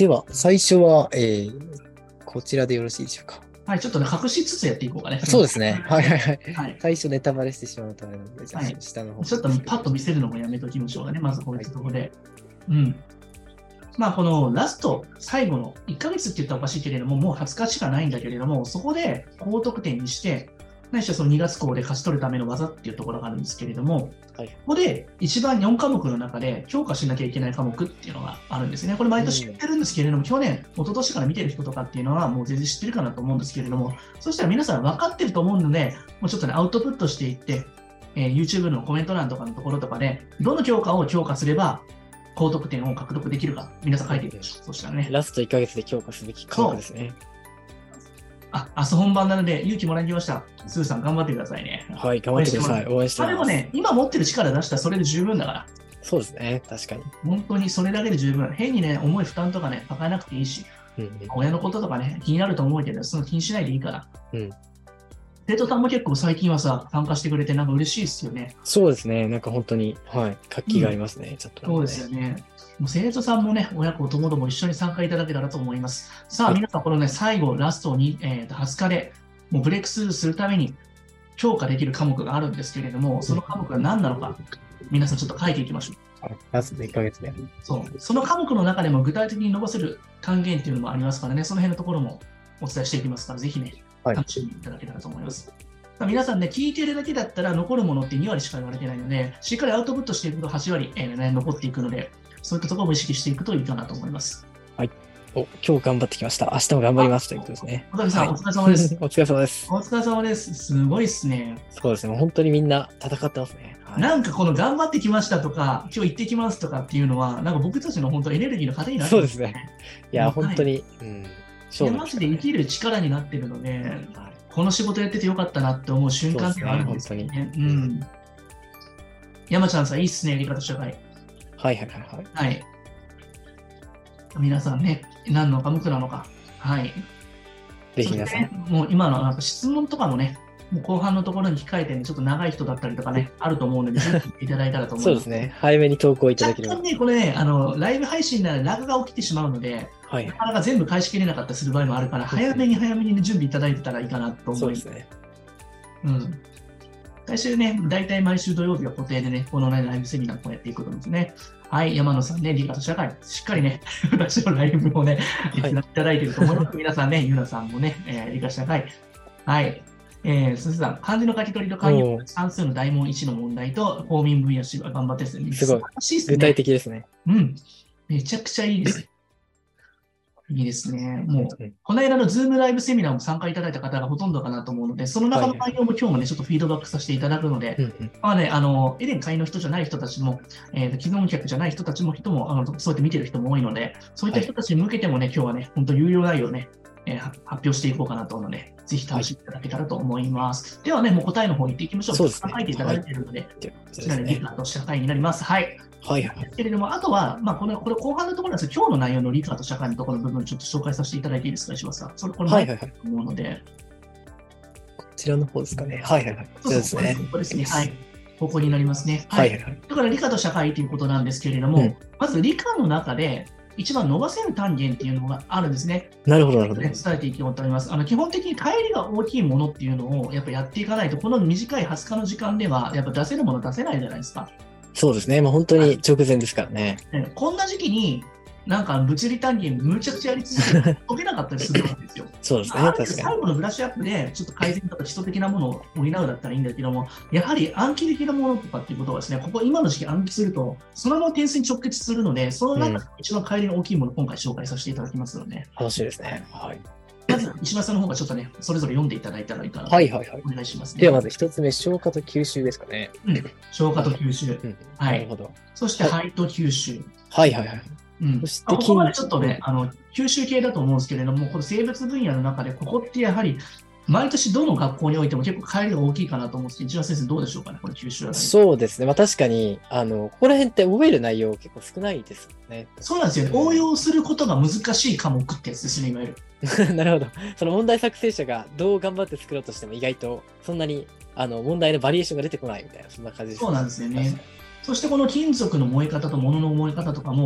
では、最初は、こちらでよろしいでしょうか。 はい、ちょっとね、隠しつつやっていこうかね。 そうですね。はいはいはい。 はい。 最初ネタバレしてしまうとあれなので、じゃあ、 はい。 下の方ちょっとパッと見せるのもやめときましょうかね。まずこいつとこで。うん。まあ、このラスト、最後の1ヶ月って言ったらおかしいけれども、もう20日しかないんだけれども、そこで高得点にして、何しろその2月校で勝ち取るための技っていうところがあるんですけれども、 はい。 ここで一番4科目の中で強化しなきゃいけない科目っていうのがあるんですね。これ毎年言ってるんですけれども、去年、一昨年から見てる人とかっていうのはもう全然知ってるかなと思うんですけれども、そしたら皆さん分かってると思うので、もうちょっとね、アウトプットしていって、YouTube のコメント欄とかのところとかで、どの教科を強化すれば高得点を獲得できるか、皆さん書いていきましょう。そしたらね。 ラスト1ヶ月で強化すべき科目ですね。 明日本番なので勇気もらいに来ました。スーさん頑張ってくださいね。 はい、頑張ってください。応援してます。 でもね、今持ってる力出したらそれで十分だから。 そうですね、確かに。 本当にそれだけで十分。変にね、重い負担とかね、抱えなくていいし、親のこととかね、気になると思うけど、その気にしないでいいから。生徒さんも結構最近はさ、参加してくれてなんか嬉しいですよね。 そうですね、なんか本当に、はい、活気がありますね、ちょっと、 そうですよね。もう生徒さんもね、親子ともども一緒に参加いただけたらと思います。さあ、皆さん、このね、最後、ラストに、20日で、もうブレイクスルーするために強化できる科目があるんですけれども、その科目が何なのか、皆さんちょっと書いていきましょう。 ラスト1ヶ月で。 その科目の中でも具体的に伸ばせる還元っていうのもありますからね、その辺のところもお伝えしていきますから、ぜひね、楽しみにいただけたらと思います。皆さんね、聞いているだけだったら残るものって2割しか言われてないので、しっかりアウトプットしていくと8割、残っていくので、そういったところも意識していくといいかなと思います。 はい。今日頑張ってきました。明日も頑張りますということですね。 小谷さん、お疲れ様です。 お疲れ様です。 お疲れ様です。すごいですね。 そうですね。本当にみんな戦ってますね。 なんかこの頑張ってきましたとか、今日行ってきますとかっていうのは、なんか僕たちの本当エネルギーの糧になってるんですね。 そうですね。いや、本当に、 マジで生きる力になってるので、この仕事やっててよかったなって思う瞬間ではあるんですよね。本当に。山ちゃんさん、いいっすね、理科と社会。 はいはいはいはい。 はい。皆さんね、何の科目なのか。はい。 ぜひ皆さん。 もう今のなんか質問とかもね、もう後半のところに控えてね、ちょっと長い人だったりとかね、あると思うので、ぜひいただいたらと思います。 そうですね。早めに投稿いただければ。 若干ね、これね、ライブ配信ならラグが起きてしまうので、なかなか全部返しきれなかったりする場合もあるから、早めにね、準備いただいてたらいいかなと思います。 そうですね。 最終ね、大体毎週土曜日は固定でね、このライブセミナーをやっていくことですね。はい、山野さんね、理科と社会、しっかりね、私のライブをね、いただいていると思います。皆さんね、ゆなさんもね、理科社会。はい。すずさん、漢字の書き取りと慣用句、算数の大問1の問題と、公民分野し頑張ってですね。 すごい。具体的ですね。 めちゃくちゃいいです。いいですね。もう、この間のズームライブセミナーも参加いただいた方がほとんどかなと思うので、その中の内容も今日もね、ちょっとフィードバックさせていただくので、まあね、エデン会の人じゃない人たちも、既存客じゃない人たちもそうやって見てる人も多いので、そういった人たちに向けてもね、今日はね、本当有料内容をね、発表していこうかなと思うので、ぜひ楽しんでいただけたらと思います。ではね、もう答えの方に行っていきましょう。 そうですね。 書いていただいているので、こちらで理科と社会になります。はい。けれども、あとは、まあ、これ後半のところなんですけど、今日の内容の理科と社会のところの部分、ちょっと紹介させていただいていいですか、石橋さん。これ前だと思うので。 こちらの方ですかね。はいはいはい。 そうですね。ここですね。はい。ここになりますね。はい。だから理科と社会ということなんですけれども、まず理科の中で、一番伸ばせる単元っていうのがあるんですね。 なるほど、なるほど。 伝えていこうと思います。基本的に帰りが大きいものっていうのをやっぱやっていかないと、この短い20日の時間では、やっぱ出せるもの出せないじゃないですか。 そうですね。まあ、本当に直前ですからね。 こんな時期に、なんか物理単元むちゃくちゃやり続けて解けなかったりするわけですよ。 そうですね。確かに。 最後のブラッシュアップで、ちょっと改善とか基礎的なものを補うだったらいいんだけども、やはり暗記的なものとかっていうことはですね、ここ今の時期暗記すると、そのまま点数に直結するので、その中で一番帰りの大きいものを今回紹介させていただきますので。 楽しいですね。はい。 まず、石橋さんの方がちょっとね、それぞれ読んでいただいたらいいかなと。 はいはいはい。 お願いしますね。 ではまず一つ目、消化と吸収ですかね。 消化と吸収。はい。なるほど。そして肺と吸収。 はいはいはい。 そしてここまでちょっとね、吸収系だと思うんですけれども、この生物分野の中で、ここってやはり、毎年どの学校においても結構帰りが大きいかなと思うんですけど、一番先生どうでしょうかね、この吸収は。 そうですね。まあ確かに、ここら辺って覚える内容結構少ないですよね。 そうなんですよね。応用することが難しい科目ってやつですね、いわゆる。 なるほど。その問題作成者がどう頑張って作ろうとしても意外とそんなに問題のバリエーションが出てこないみたいな、そんな感じです。 そうなんですよね。そしてこの金属の燃え方と物の燃え方とかも、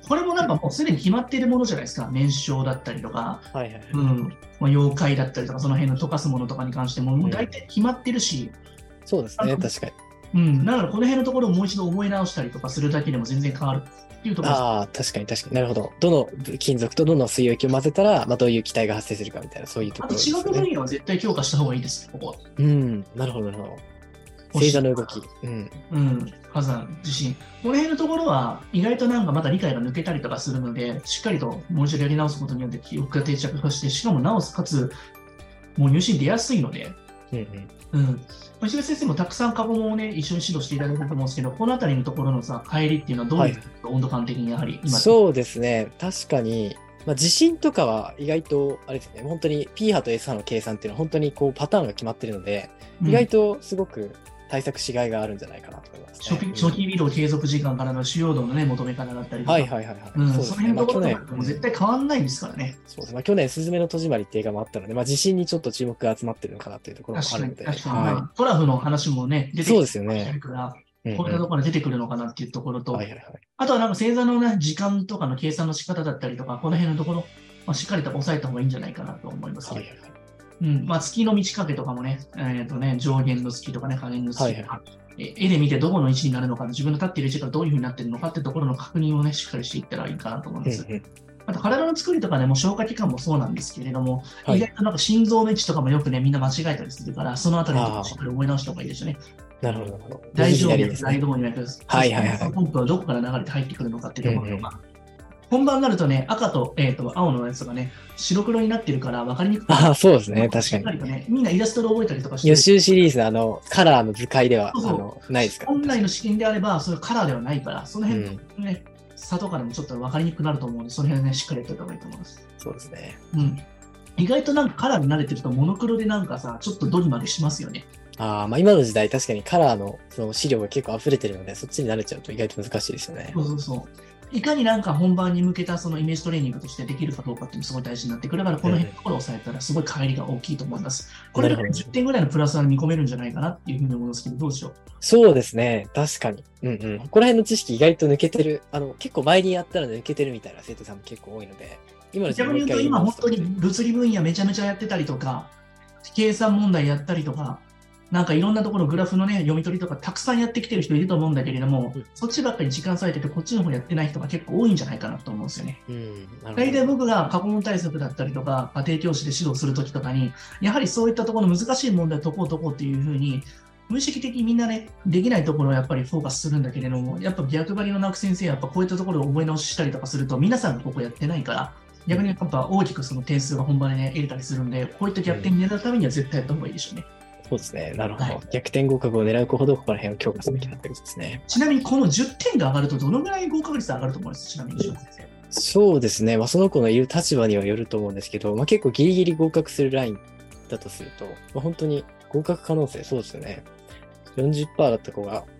これもなんかもうすでに決まっているものじゃないですか。燃焼だったりとか、 はいはい。 妖怪だったりとか、その辺の溶かすものとかに関しても、もう大体決まってるし、 そうですね、確かに。 だからこの辺のところをもう一度覚え直したりとかするだけでも全然変わるっていうところです。 ああ、確かに確かに。なるほど。どの金属とどの水溶液を混ぜたら、どういう気体が発生するかみたいな、そういうところですね。 あと違う分野は絶対強化した方がいいですね、ここは。 なるほど、なるほど。星座の動き。 火山、地震。この辺のところは意外となんかまだ理解が抜けたりとかするので、しっかりともう一度やり直すことによって記憶が定着して、しかも直すかつ、もう入試出やすいので、石田先生もたくさん過去問をね、一緒に指導していただいたと思うんですけど、このあたりのところのさ、帰りっていうのはどういう、温度感的にやはり今。 そうですね。確かに、地震とかは意外と、あれですね、本当に P 波と S 波の計算っていうのは本当にこうパターンが決まってるので、意外とすごく対策しがいがあるんじゃないかなと思います、 ね。初期微動継続時間からの主要度のね、求め方だったりとか。その辺のところも絶対変わんないんですからね。 そうですね。去年、すずめの戸締まりって映画もあったので、地震にちょっと注目が集まってるのかなというところもあるので。 確かに。トラフの話もね、 出てきてるから、こういったところに出てくるのかなっていうところと、あとはなんか星座のね、時間とかの計算の仕方だったりとか、この辺のところ、しっかりと抑えた方がいいんじゃないかなと思います。月の満ち欠けとかもね、上限の月とかね、下限の月とか、絵で見てどこの位置になるのか、自分の立っている位置がどういうふうになっているのかっていうところの確認をね、しっかりしていったらいいかなと思います。あと体の作りとかね、もう消化器官もそうなんですけれども、意外となんか心臓の位置とかもよくね、みんな間違えたりするから、そのあたりにしっかり覚え直した方がいいですよね。 なるほど、なるほど。 大動脈、大動脈、ポンプはどこから流れて入ってくるのかっていうところとか、本番になるとね、赤と、青のやつがね、白黒になってるから分かりにくくそうですね、確かに。 ね、みんなイラストで覚えたりとかして。 予習シリーズカラーの図解ではないですから。 本来の試験であれば、それカラーではないから、その辺ね、差とかでもちょっと分かりにくくなると思うので、その辺ね、しっかりやっておいた方がいいと思います。 そうですね。 意外となんかカラーに慣れてると、モノクロでなんかさ、ちょっとドギマギしますよね。 今の時代、確かにカラーのその資料が結構溢れてるので、そっちに慣れちゃうと意外と難しいですよね。いかになんか本番に向けたそのイメージトレーニングとしてできるかどうかっていうのがすごい大事になってくるから、この辺のところを抑えたらすごい帰りが大きいと思います。これで10点ぐらいのプラスは見込めるんじゃないかなっていうふうに思いますけど、どうでしょう。 そうですね。確かに。ここら辺の知識意外と抜けてる。結構前にやったら抜けてるみたいな生徒さんも結構多いので、 逆に言うと今本当に物理分野めちゃめちゃやってたりとか、計算問題やったりとか、なんかいろんなところグラフのね、読み取りとかたくさんやってきてる人いると思うんだけれども、そっちばっかり時間割いてて、こっちの方やってない人が結構多いんじゃないかなと思うんですよね。大体僕が過去問対策だったりとか、家庭教師で指導するときとかに、やはりそういったところの難しい問題を解こうっていうふうに、無意識的にみんなね、できないところをやっぱりフォーカスするんだけれども、やっぱ逆張りの直木先生はやっぱこういったところを覚え直ししたりとかすると、皆さんがここやってないから、逆にやっぱ大きくその点数が本番でね、得れたりするんで、こういった逆転に狙うためには絶対やった方がいいでしょうね。 そうですね。なるほど。逆転合格を狙うほど、ここら辺を強化すべきだということですね。 ちなみに、この10点が上がると、どのぐらい合格率上がると思います？ちなみに、先生。 そうですね。その子のいる立場にはよると思うんですけど、結構ギリギリ合格するラインだとすると、本当に合格可能性、そうですよね。40% だった子が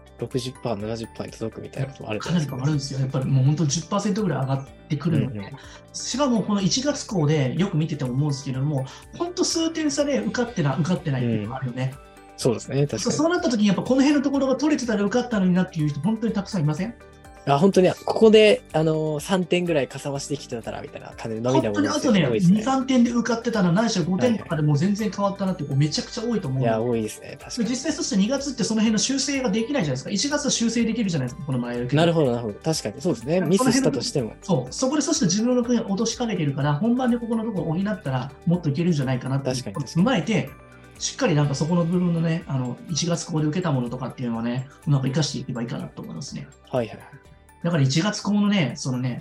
60%、70% に届くみたいなこともあるかなり変わるんですよ。やっぱりもう本当 10% ぐらい上がってくるので、しかもこの1月校でよく見てても思うんですけれども、本当数点差で受かってないっていうのがあるよね。 そうですね。確かに。 そうなった時にやっぱこの辺のところが取れてたら受かったのになっていう人、本当にたくさんいません？ 本当に、ここで、3点ぐらいかさ増してきてたら、みたいな感じで涙も本当にあとね、2、3点で受かってたら、ないしは5点とかでもう全然変わったなって、めちゃくちゃ多いと思う。 いや、多いですね。確かに。 実際、そして2月ってその辺の修正ができないじゃないですか。1月は修正できるじゃないですか、この前。 なるほど、なるほど。確かに。そうですね。ミスしたとしても。 そこでそして自分の国を落としかけてるから、本番でここのところを補ったら、もっといけるんじゃないかなって踏まえて、しっかりなんかそこの部分のね、1月ここで受けたものとかっていうのはね、なんか生かしていけばいいかなと思いますね。 はいはい。 だから1月校のね、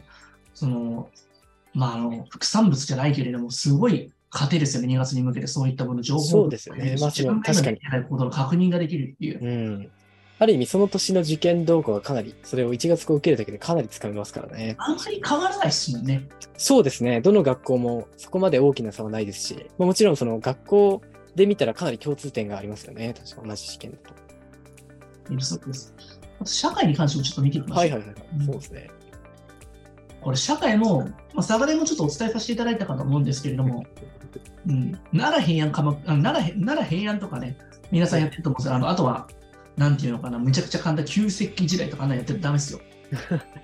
副産物じゃないけれども、すごい糧ですよね、2月に向けてそういったもの、情報そうですよね。 自分が今できないことの確認ができるっていう。 ある意味、その年の受験動向がかなり、それを1月校受けるだけでかなりつかめますからね。 あんまり変わらないですもんね。 そうですね。どの学校もそこまで大きな差はないですし、もちろんその学校で見たらかなり共通点がありますよね。確か同じ試験だと。 そうです。あと社会に関してもちょっと見ていきましょう。 はいはいはい。そうですね。 これ社会も、佐賀でもちょっとお伝えさせていただいたかと思うんですけれども、奈良平安とかね、皆さんやってると思うんですよ。あとは、なんていうのかな、むちゃくちゃ簡単、旧石器時代とかやってるとダメですよ。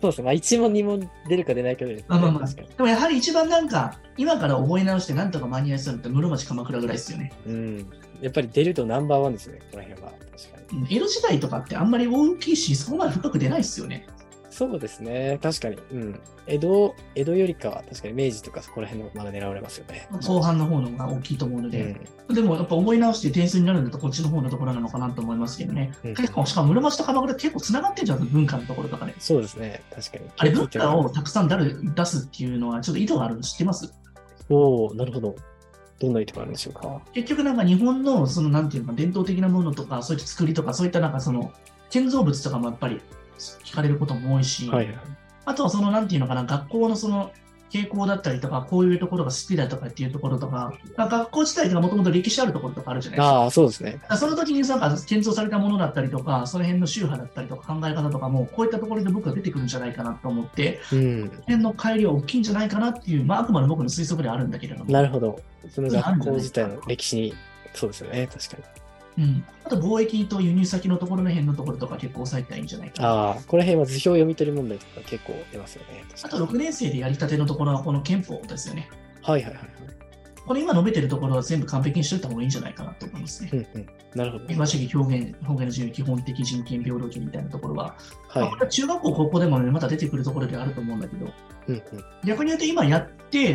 そうですね。まあ1問2問出るか出ないかぐらいですね。 まあまあまあ。 確かに。 でもやはり一番なんか、今から覚え直してなんとか間に合いそうなのって室町鎌倉ぐらいですよね。 うん。やっぱり出るとナンバーワンですね、この辺は。確かに。 江戸時代とかってあんまり大きいし、そこまで深く出ないですよね。 そうですね。確かに。うん。江戸よりかは確かに明治とかそこら辺のまだ狙われますよね。 後半の方のが大きいと思うので、でもやっぱ思い直して点数になるんだとこっちの方のところなのかなと思いますけどね。結構、しかも室町と鎌倉って結構繋がってんじゃん、文化のところとかね。 そうですね。確かに。 あれ、文化をたくさん出すっていうのはちょっと意図があるの知ってます？ おお、なるほど。どんな意図があるんでしょうか。 結局なんか日本のそのなんていうか伝統的なものとか、そういった作りとか、そういったなんかその建造物とかもやっぱり聞かれることも多いし、 はいはい。 あとはそのなんていうのかな、学校のその傾向だったりとか、こういうところが好きだとかっていうところとか、学校自体がもともと歴史あるところとかあるじゃないですか。 ああ、そうですね。 その時になんか建造されたものだったりとか、その辺の宗派だったりとか考え方とかも、こういったところで僕は出てくるんじゃないかなと思って、 うん。 この辺の乖離は大きいんじゃないかなっていう、まあ、あくまで僕の推測ではあるんだけれども。 なるほど。その学校自体の歴史に、そうですよね。確かに。 うん。あと貿易と輸入先のところの辺のところとか結構押さえたらいいんじゃないかな。 ああ、この辺は図表読み取り問題とか結構出ますよね。 あと6年生でやりたてのところはこの憲法ですよね。 はいはいはい。 これ今述べてるところは全部完璧にしといた方がいいんじゃないかなと思いますね。 うんうん。なるほど。 平和主義、表現の自由、基本的人権、平等権みたいなところは、 はい。 これは中学校、高校でも、ね、また出てくるところであると思うんだけど、 うんうん、 逆に言うと今やって、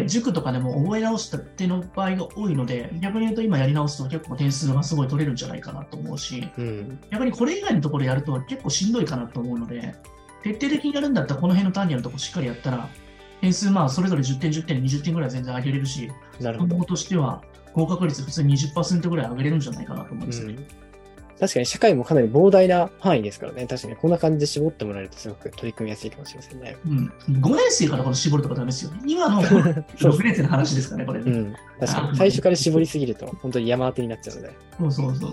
塾とかでも覚え直したっての場合が多いので、逆に言うと今やり直すと結構点数がすごい取れるんじゃないかなと思うし、 うん、 逆にこれ以外のところやると結構しんどいかなと思うので、徹底的にやるんだったらこの辺の単元のところしっかりやったら、点数まあそれぞれ10点、10点、20点ぐらい全然上げれるし、今後としては合格率普通に 20% ぐらい上げれるんじゃないかなと思うんですよね。 確かに社会もかなり膨大な範囲ですからね。確かにこんな感じで絞ってもらえるとすごく取り組みやすいかもしれませんね。 うん。5年生からこの絞るとかダメですよね。今の6年生の話ですかね、これ。 うん。確かに。最初から絞りすぎると本当に山当てになっちゃうので。 そうそうそう。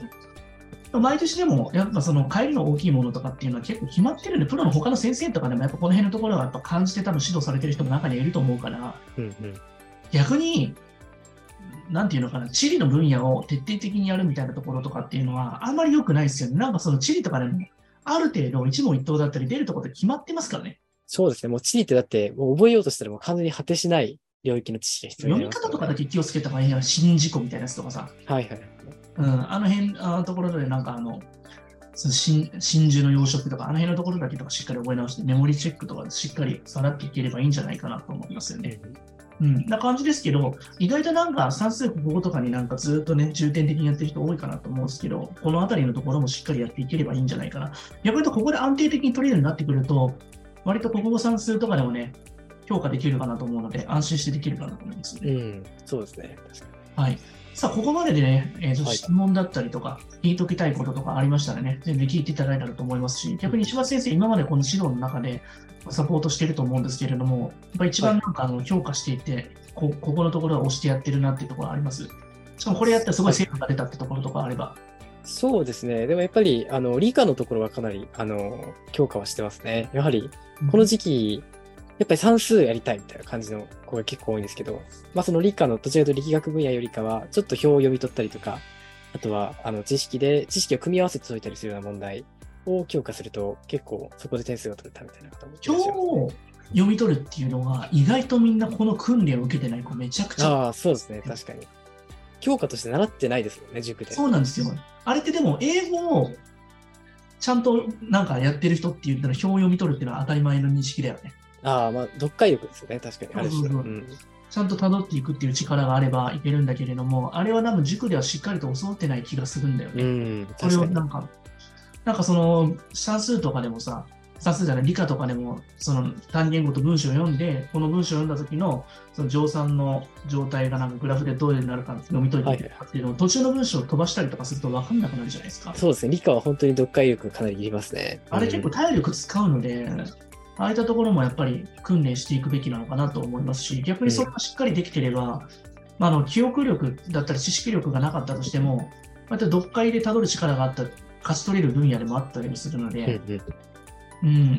毎年でも、やっぱその帰りの大きいものとかっていうのは結構決まってるんで、プロの他の先生とかでもやっぱこの辺のところはやっぱ感じて多分指導されてる人も中にはいると思うから、 うんうん、 逆に、なんていうのかな、地理の分野を徹底的にやるみたいなところとかっていうのはあんまり良くないですよね。なんかその地理とかでも、ある程度一問一答だったり出るところで決まってますからね。 そうですね。もう地理ってだって、もう覚えようとしたらもう完全に果てしない領域の知識が必要になります、 読み方とかだけ気をつけた方がいいや、新事故みたいなやつとかさ。 はいはい。 あの辺のところでなんかその真珠の養殖とか、あの辺のところだけとかしっかり覚え直して、メモリチェックとかしっかりさらっていければいいんじゃないかなと思いますよね。な感じですけど、意外となんか算数国語とかになんかずっとね、重点的にやってる人多いかなと思うんですけど、このあたりのところもしっかりやっていければいいんじゃないかな。逆に言うと、ここで安定的に取れるようになってくると、割と国語算数とかでもね、評価できるかなと思うので、安心してできるかなと思います、ね。 うん、そうですね。確かに。はい。さあ、ここまででね、質問だったりとか、聞いときたいこととかありましたらね、全然聞いていただいたらと思いますし、逆に石橋先生、今までこの指導の中でサポートしていると思うんですけれども、やっぱ一番なんか評価していて、ここのところは押してやってるなっていうところあります？しかもこれやったらすごい成果が出たってところとかあれば。 そうですね。でもやっぱり、理科のところはかなり、強化はしてますね。やはり、この時期、やっぱり算数やりたいみたいな感じの子が結構多いんですけど、まあその理科のどちらかというと力学分野よりかは、ちょっと表を読み取ったりとか、あとは、知識を組み合わせて解いたりするような問題を強化すると、結構そこで点数が取れたみたいな方もいらっしゃいますね。 表を読み取るっていうのは、意外とみんなこの訓練を受けてない子めちゃくちゃ。 ああ、そうですね。確かに。教科として習ってないですもんね、塾で。 そうなんですよ。あれってでも、英語をちゃんとなんかやってる人って言ったら、表を読み取るっていうのは当たり前の認識だよね。 ああ、まあ、読解力ですよね、確かに。ある種の。 ちゃんと辿っていくっていう力があればいけるんだけれども、あれは多分塾ではしっかりと教わってない気がするんだよね。それをなんかその算数とかでもさ、算数じゃない理科とかでも、その単元ごと文章を読んで、この文章を読んだ時のその乗算の状態がなんかグラフでどういうになるか読み解いていくかっていうのを、途中の文章を飛ばしたりとかすると分かんなくなるじゃないですか。 そうですね。理科は本当に読解力かなりいりますね。 あれ結構体力使うので、ああいったところもやっぱり訓練していくべきなのかなと思いますし、逆にそれがしっかりできてれば、記憶力だったり知識力がなかったとしても、また読解でたどる力があった、勝ち取れる分野でもあったりするので、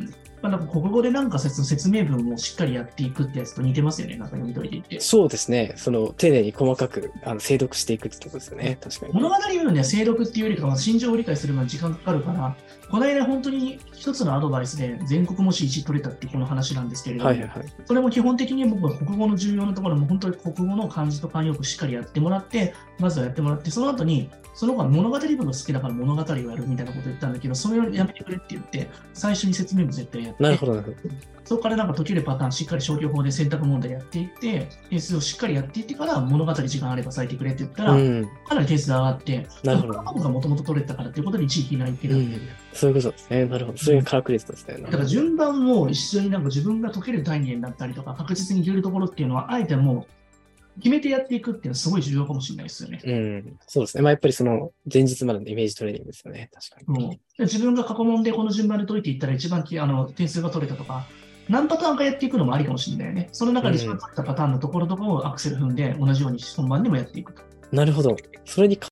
なんか国語でなんか説明文をしっかりやっていくってやつと似てますよね。なんか読み解いていって。 そうですね。丁寧に細かく、精読していくってことですよね。確かに。 物語読むには精読っていうよりかは、心情を理解するのに時間かかるから、この間本当に一つのアドバイスで全国模試1取れたってこの話なんですけれども、 はいはいはい。 それも基本的に僕は国語の重要なところも本当に国語の漢字と慣用句しっかりやってもらって、まずはやってもらって、その後に、その子は物語文が好きだから物語をやるみたいなこと言ったんだけど、それをやめてくれって言って、最初に説明文絶対やって、 なるほど、なるほど。 そこからなんか解けるパターン、しっかり消去法で選択問題やっていって、点数をしっかりやっていってから物語時間あれば割いてくれって言ったら、かなり点数が上がって、 なるほど。 僕がもともと取れたからっていうことで1位引いないけど、 そういうことですね。なるほど。それがカラクリストですね。 だから順番も一緒になんか自分が解ける単元だったりとか、確実にいけるところっていうのは、あえてもう決めてやっていくっていうのはすごい重要かもしれないですよね。 そうですね。まあやっぱり前日までのイメージトレーニングですよね。確かに。 自分が過去問でこの順番で解いていったら一番点数が取れたとか、何パターンかやっていくのもありかもしれないよね。その中で一番取れたパターンのところとかをアクセル踏んで同じように本番でもやっていくと。 なるほど。それに